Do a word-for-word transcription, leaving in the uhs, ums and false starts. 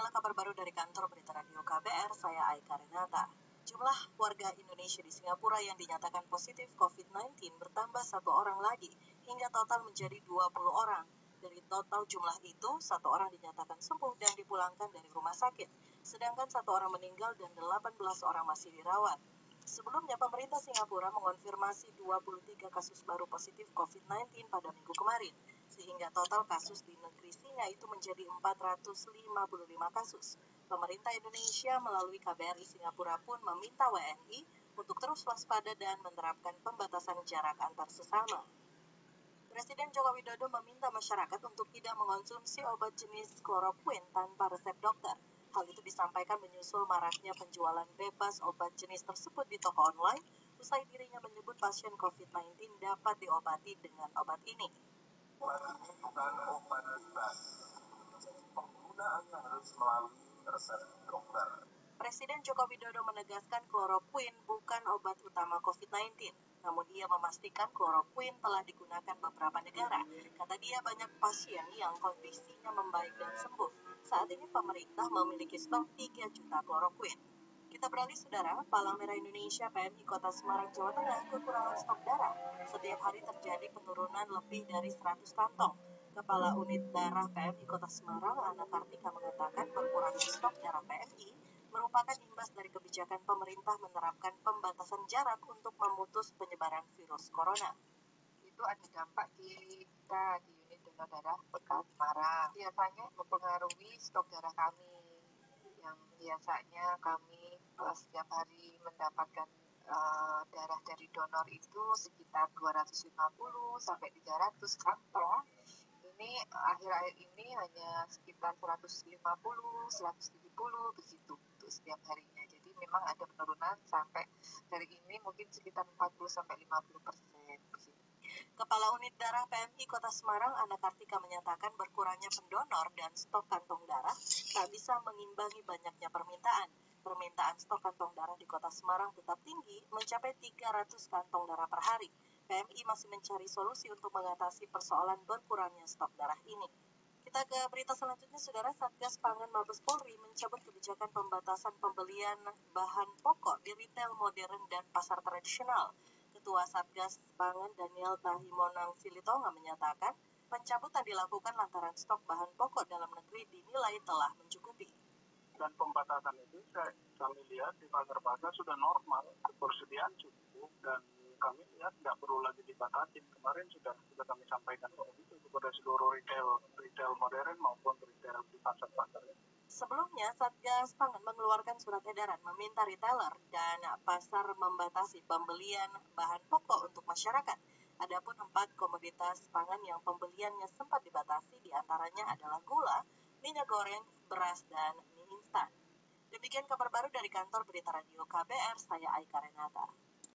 inilah kabar baru dari kantor berita radio K B R, saya Aika Renata. Jumlah warga Indonesia di Singapura yang dinyatakan positif covid sembilan belas bertambah satu orang lagi, hingga total menjadi dua puluh orang. Dari total jumlah itu, satu orang dinyatakan sembuh dan dipulangkan dari rumah sakit, sedangkan satu orang meninggal dan delapan belas orang masih dirawat. Sebelumnya, pemerintah Singapura mengonfirmasi dua puluh tiga kasus baru positif covid sembilan belas pada minggu kemarin, sehingga total kasus di negeri Singa itu menjadi empat ratus lima puluh lima kasus. Pemerintah Indonesia melalui K B R I Singapura pun meminta W N I untuk terus waspada dan menerapkan pembatasan jarak antar sesama. Presiden Joko Widodo meminta masyarakat untuk tidak mengonsumsi obat jenis kloroquine tanpa resep dokter. Hal itu disampaikan menyusul maraknya penjualan bebas obat jenis tersebut di toko online, usai dirinya menyebut pasien covid sembilan belas dapat diobati dengan obat ini. Obat ini bukan obat bebas, jadi penggunaannya harus melalui resep dokter. Presiden Joko Widodo menegaskan kloroquine bukan obat utama covid sembilan belas. Namun ia memastikan kloroquine telah digunakan beberapa negara. Kata dia banyak pasien yang kondisinya membaik dan sembuh. Saat ini pemerintah memiliki stok tiga juta kloroquine. Kita beralih saudara, Palang Merah Indonesia P M I Kota Semarang, Jawa Tengah kekurangan stok darah. Setiap hari terjadi penurunan lebih dari seratus kantong. Kepala Unit Darah P M I Kota Semarang, Ana Kartika mengatakan berkurangnya stok darah P M I merupakan imbas dari kebijakan pemerintah menerapkan pembatasan jarak untuk memutus penyebaran virus corona. Itu ada dampak di kita di unit donor darah Kota Semarang. Biasanya mempengaruhi stok darah kami yang biasanya kami uh, setiap hari mendapatkan uh, darah dari donor itu sekitar dua ratus lima puluh sampai tiga ratus kantong. Ini akhir-akhir ini hanya sekitar seratus lima puluh, seratus tujuh puluh begitu untuk setiap harinya. Jadi memang ada penurunan sampai hari ini mungkin sekitar empat puluh sampai lima puluh persen. Kepala Unit Darah P M I Kota Semarang, Ana Kartika menyatakan berkurangnya pendonor dan stok kantong darah tak bisa mengimbangi banyaknya permintaan. Permintaan stok kantong darah di Kota Semarang tetap tinggi, mencapai tiga ratus kantong darah per hari. P M I masih mencari solusi untuk mengatasi persoalan berkurangnya stok darah ini. Kita ke berita selanjutnya, saudara. Satgas Pangan Mabes Polri mencabut kebijakan pembatasan pembelian bahan pokok di retail modern dan pasar tradisional. Ketua Satgas Pangan Daniel Tahimonang Silitonga menyatakan pencabutan dilakukan lantaran stok bahan pokok dalam negeri dinilai telah mencukupi. Dan pembatasan itu saya, kami lihat di pasar-pasar sudah normal, ketersediaan cukup, dan kami lihat tidak perlu lagi dibatasin. Kemarin sudah sudah kami sampaikan itu kepada seluruh retail retail modern maupun retail di pasar-pasar. Sebelumnya, Satgas Pangan mengeluarkan surat edaran meminta retailer dan pasar membatasi pembelian bahan pokok untuk masyarakat. Adapun empat komoditas pangan yang pembeliannya sempat dibatasi, diantaranya adalah gula, minyak goreng, beras, dan mie instan. Demikian kabar baru dari kantor berita radio K B R, saya Aika Renata.